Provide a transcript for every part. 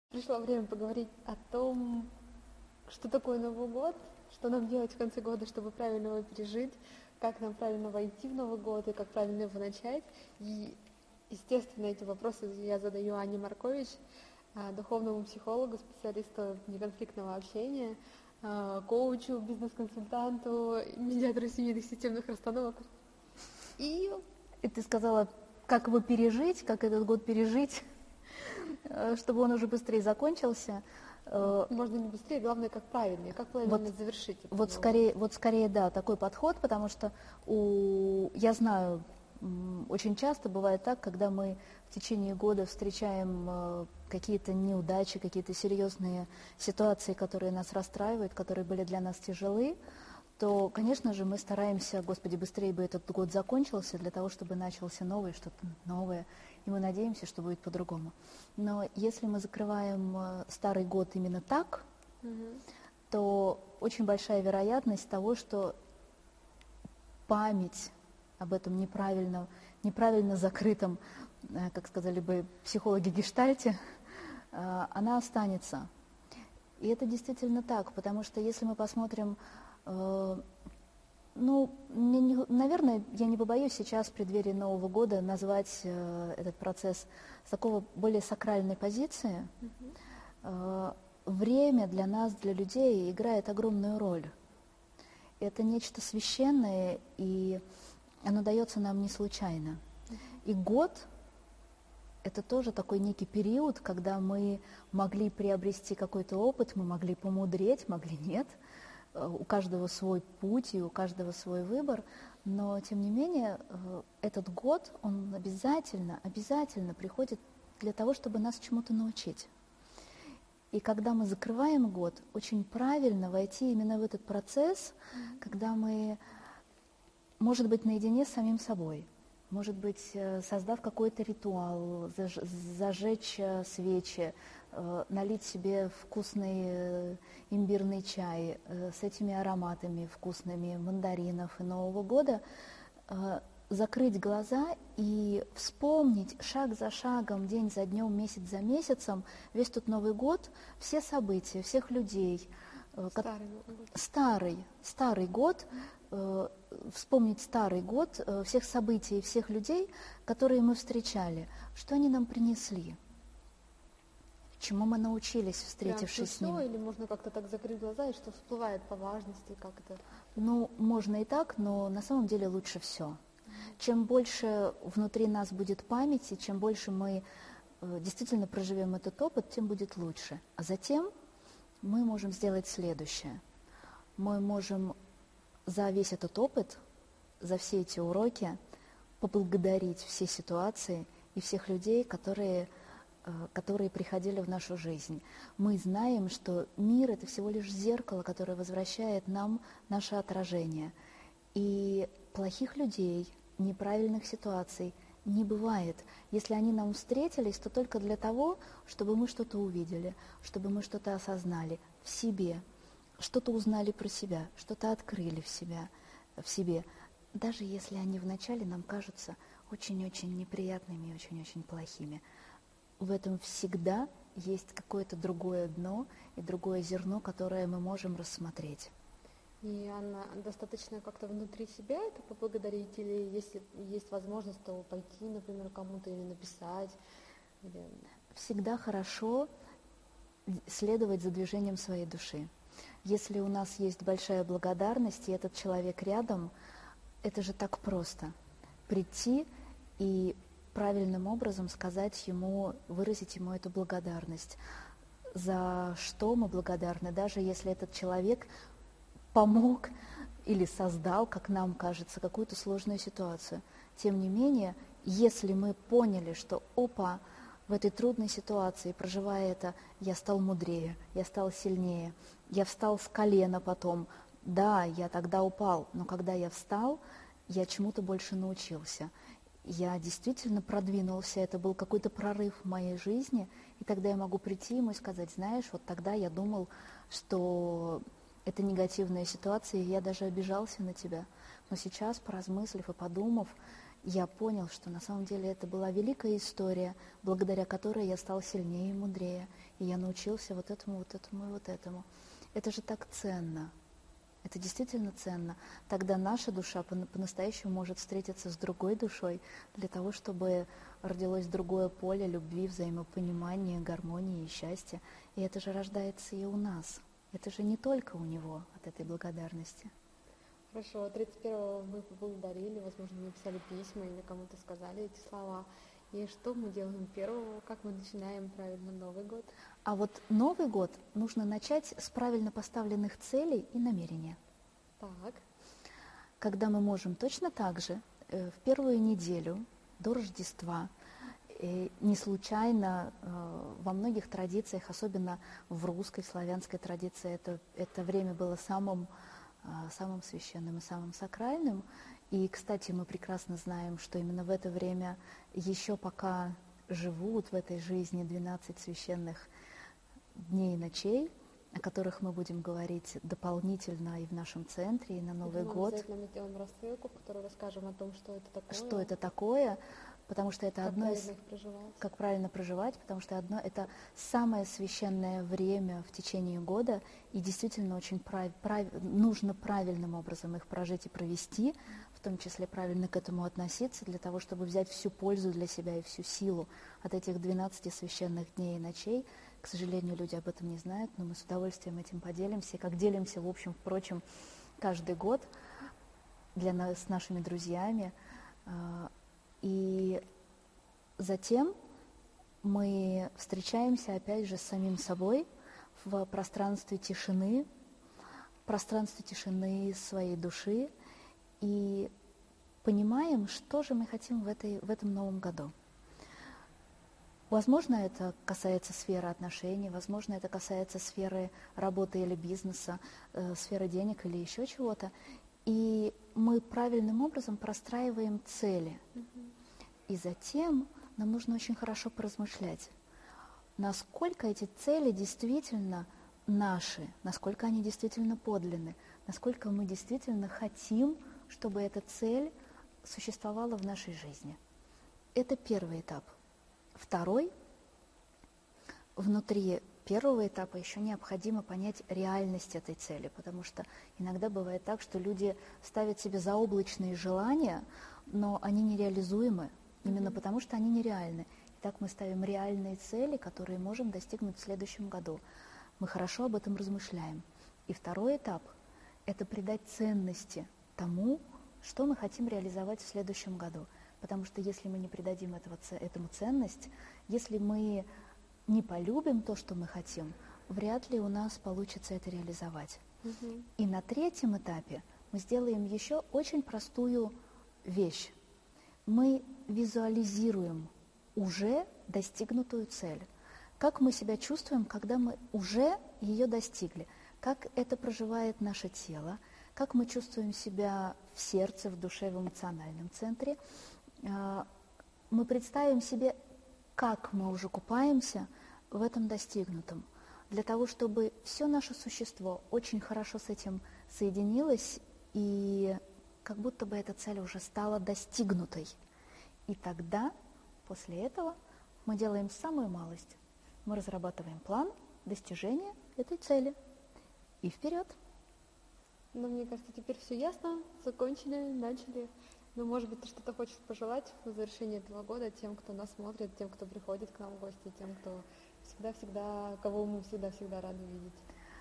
Пришло время поговорить о том, что такое Новый год, что нам делать в конце года, чтобы правильно его пережить, как нам правильно войти в Новый год и как правильно его начать. И, естественно, эти вопросы я задаю Ане Маркович, духовному психологу, специалисту неконфликтного общения, коучу, бизнес-консультанту, медиатору семейных системных расстановок. И ты сказала, как его пережить, как этот год пережить, чтобы он уже быстрее закончился. Можно не быстрее, главное, как правильно, и как правильно завершить. Вот скорее, да, такой подход, потому что я знаю, очень часто бывает так, когда мы в течение года встречаем какие-то неудачи, какие-то серьезные ситуации, которые нас расстраивают, которые были для нас тяжелы, то, конечно же, мы стараемся, Господи, быстрее бы этот год закончился, для того, чтобы начался новый, что-то новое, и мы надеемся, что будет по-другому. Но если мы закрываем старый год именно так, то очень большая вероятность того, что память об этом неправильно закрытом, как сказали бы психологи гештальте, она останется. И это действительно так, потому что если мы посмотрим, наверное, я не побоюсь сейчас в преддверии Нового года назвать этот процесс с такого более сакральной позиции. Время для нас, для людей, играет огромную роль. Это нечто священное, и оно дается нам не случайно. И год – это тоже такой некий период, когда мы могли приобрести какой-то опыт, мы могли помудреть, могли нет. У каждого свой путь и у каждого свой выбор, но, тем не менее, этот год, он обязательно приходит для того, чтобы нас чему-то научить. И когда мы закрываем год, очень правильно войти именно в этот процесс, когда мы, может быть, наедине с самим собой, может быть, создав какой-то ритуал, зажечь свечи, налить себе вкусный имбирный чай с этими ароматами вкусными мандаринов и Нового года, закрыть глаза и вспомнить шаг за шагом, день за днем, месяц за месяцем, весь тот Новый год, все события, всех людей. Старый год, вспомнить старый год, всех событий, всех людей, которые мы встречали, что они нам принесли, чему мы научились, встретившись с ними. Или можно как-то так закрыть глаза, и что всплывает по важности, как это? Ну, можно и так, но на самом деле лучше все. Чем больше внутри нас будет памяти, чем больше мы действительно проживем этот опыт, тем будет лучше. А затем мы можем сделать следующее. Мы можем за весь этот опыт, за все эти уроки поблагодарить все ситуации и всех людей, которые приходили в нашу жизнь. Мы знаем, что мир – это всего лишь зеркало, которое возвращает нам наше отражение. И плохих людей, неправильных ситуаций не бывает. Если они нам встретились, то только для того, чтобы мы что-то увидели, чтобы мы что-то осознали в себе, что-то узнали про себя, что-то открыли в себе, даже если они вначале нам кажутся очень-очень неприятными и очень-очень плохими. В этом всегда есть какое-то другое дно и другое зерно, которое мы можем рассмотреть. И Анна, достаточно как-то внутри себя это поблагодарить, или если есть возможность, то пойти, например, кому-то или написать? Или... Всегда хорошо следовать за движением своей души. Если у нас есть большая благодарность, и этот человек рядом, это же так просто. Прийти и правильным образом сказать ему, выразить ему эту благодарность. За что мы благодарны, даже если этот человек помог или создал, как нам кажется, какую-то сложную ситуацию. Тем не менее, если мы поняли, что в этой трудной ситуации, проживая это, я стал мудрее, я стал сильнее, я встал с колена потом. Да, я тогда упал, но когда я встал, я чему-то больше научился. Я действительно продвинулся, это был какой-то прорыв в моей жизни, и тогда я могу прийти ему и сказать, знаешь, вот тогда я думал, что это негативная ситуация, и я даже обижался на тебя. Но сейчас, поразмыслив и подумав, я понял, что на самом деле это была великая история, благодаря которой я стал сильнее и мудрее, и я научился вот этому, вот этому и вот этому. Это же так ценно. Это действительно ценно. Тогда наша душа по-настоящему может встретиться с другой душой для того, чтобы родилось другое поле любви, взаимопонимания, гармонии и счастья. И это же рождается и у нас. Это же не только у него от этой благодарности. Хорошо, 31-го мы поблагодарили, возможно, написали письма или кому-то сказали эти слова. И что мы делаем 1-го, как мы начинаем правильно Новый год? А вот Новый год нужно начать с правильно поставленных целей и намерения. Так. Когда мы можем точно так же в первую неделю до Рождества, не случайно во многих традициях, особенно в русской, славянской традиции, это время было самым священным и самым сакральным. И, кстати, мы прекрасно знаем, что именно в это время еще пока живут в этой жизни 12 священных дней и ночей, о которых мы будем говорить дополнительно и в нашем центре, и на Новый год. Обязательно мы сделаем рассылку, в которой расскажем о том, что это такое. Что это такое, потому что это одно из... Как правильно проживать, потому что это самое священное время в течение года, и действительно очень нужно правильным образом их прожить и провести, в том числе правильно к этому относиться, для того, чтобы взять всю пользу для себя и всю силу от этих 12 священных дней и ночей. К сожалению, люди об этом не знают, но мы с удовольствием этим поделимся, как делимся, в общем, впрочем, каждый год для нас, с нашими друзьями. И затем мы встречаемся, опять же, с самим собой в пространстве тишины своей души и понимаем, что же мы хотим в этом новом году. Возможно, это касается сферы отношений, возможно, это касается сферы работы или бизнеса, сферы денег или еще чего-то. И мы правильным образом простраиваем цели. И затем нам нужно очень хорошо поразмышлять, насколько эти цели действительно наши, насколько они действительно подлинны, насколько мы действительно хотим, чтобы эта цель существовала в нашей жизни. Это первый этап. Второй, внутри первого этапа еще необходимо понять реальность этой цели, потому что иногда бывает так, что люди ставят себе заоблачные желания, но они нереализуемы, именно потому что они нереальны. Итак, мы ставим реальные цели, которые можем достигнуть в следующем году. Мы хорошо об этом размышляем. И второй этап – это придать ценности тому, что мы хотим реализовать в следующем году. Потому что если мы не придадим этому ценность, если мы не полюбим то, что мы хотим, вряд ли у нас получится это реализовать. И на третьем этапе мы сделаем еще очень простую вещь. Мы визуализируем уже достигнутую цель. Как мы себя чувствуем, когда мы уже ее достигли? Как это проживает наше тело? Как мы чувствуем себя в сердце, в душе, в эмоциональном центре? Мы представим себе, как мы уже купаемся в этом достигнутом, для того, чтобы все наше существо очень хорошо с этим соединилось, и как будто бы эта цель уже стала достигнутой. И тогда, после этого, мы делаем самую малость. Мы разрабатываем план достижения этой цели. И вперед! Ну, мне кажется, теперь все ясно, закончили, начали. Ну, может быть, ты что-то хочешь пожелать в завершении этого года тем, кто нас смотрит, тем, кто приходит к нам в гости, тем, кто кого мы всегда рады видеть.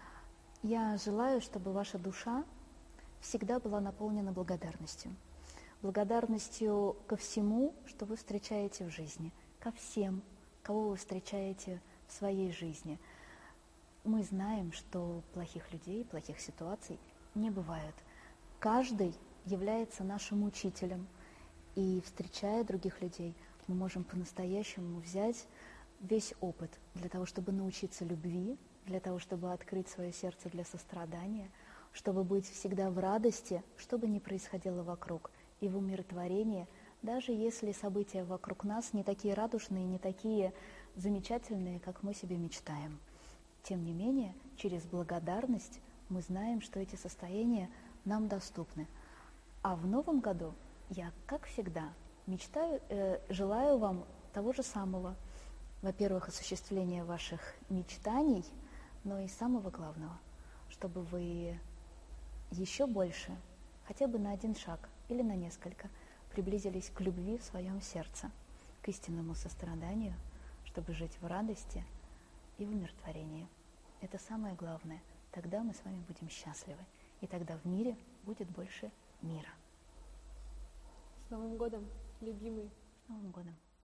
Я желаю, чтобы ваша душа всегда была наполнена благодарностью. Благодарностью ко всему, что вы встречаете в жизни, ко всем, кого вы встречаете в своей жизни. Мы знаем, что плохих людей, плохих ситуаций не бывает. Каждый является нашим учителем. И, встречая других людей, мы можем по-настоящему взять весь опыт для того, чтобы научиться любви, для того, чтобы открыть свое сердце для сострадания, чтобы быть всегда в радости, что бы ни происходило вокруг, и в умиротворении, даже если события вокруг нас не такие радужные, не такие замечательные, как мы себе мечтаем. Тем не менее, через благодарность мы знаем, что эти состояния нам доступны. А в новом году я, как всегда, Желаю вам того же самого. Во-первых, осуществления ваших мечтаний, но и самого главного, чтобы вы еще больше, хотя бы на один шаг или на несколько, приблизились к любви в своем сердце, к истинному состраданию, чтобы жить в радости и в умиротворении. Это самое главное. Тогда мы с вами будем счастливы. И тогда в мире будет больше мира. С Новым годом, любимый! С Новым годом!